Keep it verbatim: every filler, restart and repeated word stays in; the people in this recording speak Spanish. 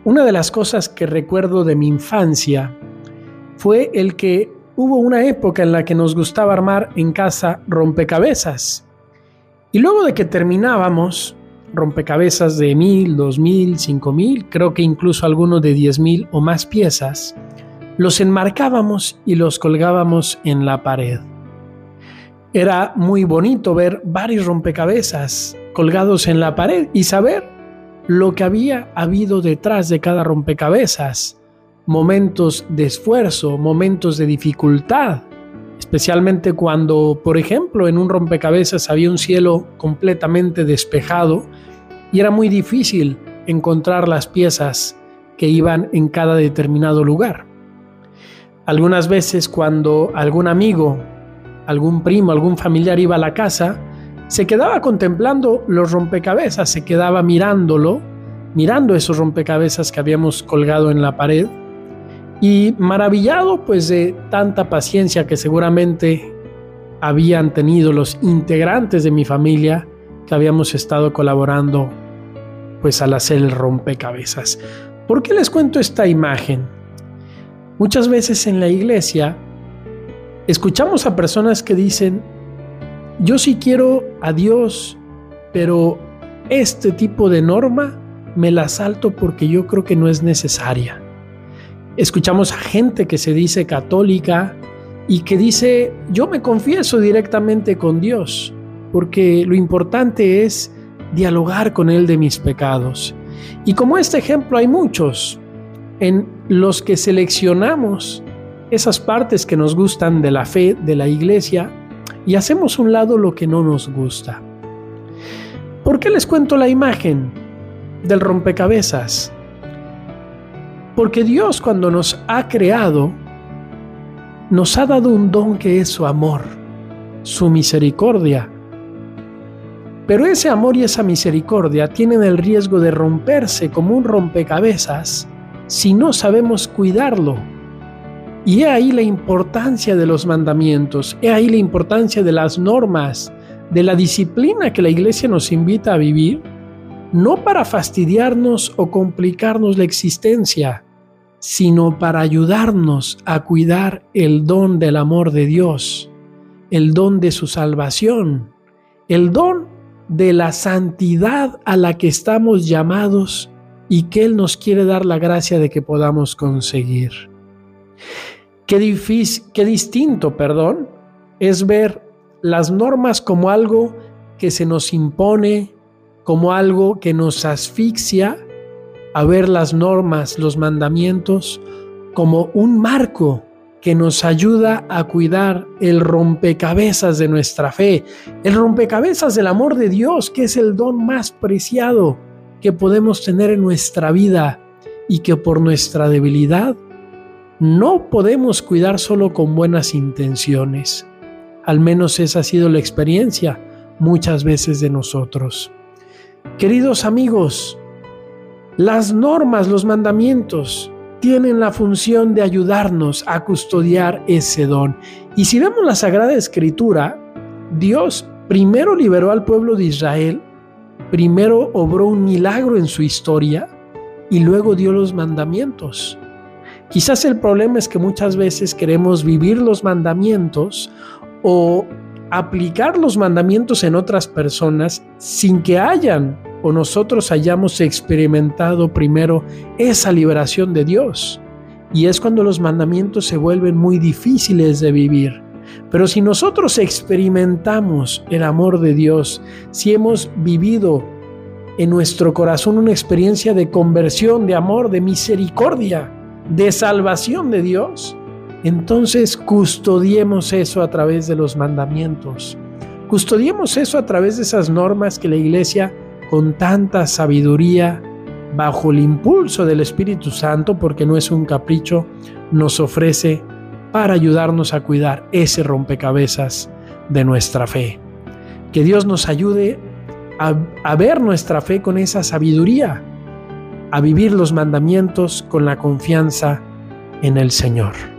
Una de las cosas que recuerdo de mi infancia fue el que hubo una época en la que nos gustaba armar en casa rompecabezas. Y luego de que terminábamos, rompecabezas de mil, dos mil, cinco mil, creo que incluso algunos de diez mil o más piezas, los enmarcábamos y los colgábamos en la pared. Era muy bonito ver varios rompecabezas colgados en la pared y saber lo que había habido detrás de cada rompecabezas, momentos de esfuerzo, momentos de dificultad, especialmente cuando, por ejemplo, en un rompecabezas había un cielo completamente despejado y era muy difícil encontrar las piezas que iban en cada determinado lugar. Algunas veces cuando algún amigo, algún primo, algún familiar iba a la casa, se quedaba contemplando los rompecabezas, se quedaba mirándolo, mirando esos rompecabezas que habíamos colgado en la pared y maravillado pues de tanta paciencia que seguramente habían tenido los integrantes de mi familia que habíamos estado colaborando pues al hacer el rompecabezas. ¿Por qué les cuento esta imagen? Muchas veces en la iglesia escuchamos a personas que dicen: yo sí quiero a Dios, pero este tipo de norma me la salto porque yo creo que no es necesaria. Escuchamos a gente que se dice católica y que dice: yo me confieso directamente con Dios, porque lo importante es dialogar con Él de mis pecados. Y como este ejemplo hay muchos en los que seleccionamos esas partes que nos gustan de la fe, de la iglesia, y hacemos a un lado lo que no nos gusta. ¿Por qué les cuento la imagen del rompecabezas? Porque Dios, cuando nos ha creado, nos ha dado un don que es su amor, su misericordia. Pero ese amor y esa misericordia tienen el riesgo de romperse como un rompecabezas si no sabemos cuidarlo. Y he ahí la importancia de los mandamientos, he ahí la importancia de las normas, de la disciplina que la iglesia nos invita a vivir, no para fastidiarnos o complicarnos la existencia, sino para ayudarnos a cuidar el don del amor de Dios, el don de su salvación, el don de la santidad a la que estamos llamados y que Él nos quiere dar la gracia de que podamos conseguir. Qué difícil, qué distinto, perdón, es ver las normas como algo que se nos impone, como algo que nos asfixia, a ver las normas, los mandamientos, como un marco que nos ayuda a cuidar el rompecabezas de nuestra fe, el rompecabezas del amor de Dios, que es el don más preciado que podemos tener en nuestra vida y que por nuestra debilidad no podemos cuidar solo con buenas intenciones. Al menos esa ha sido la experiencia muchas veces de nosotros. Queridos amigos, las normas, los mandamientos tienen la función de ayudarnos a custodiar ese don. Y si vemos la Sagrada Escritura, Dios primero liberó al pueblo de Israel, primero obró un milagro en su historia y luego dio los mandamientos. Quizás el problema es que muchas veces queremos vivir los mandamientos o aplicar los mandamientos en otras personas sin que hayan o nosotros hayamos experimentado primero esa liberación de Dios. Y es cuando los mandamientos se vuelven muy difíciles de vivir. Pero si nosotros experimentamos el amor de Dios, si hemos vivido en nuestro corazón una experiencia de conversión, de amor, de misericordia, de salvación de Dios, entonces custodiemos eso a través de los mandamientos. Custodiemos eso a través de esas normas que la iglesia, con tanta sabiduría, bajo el impulso del Espíritu Santo, porque no es un capricho, nos ofrece para ayudarnos a cuidar ese rompecabezas de nuestra fe. Que Dios nos ayude a, a ver nuestra fe con esa sabiduría, a vivir los mandamientos con la confianza en el Señor.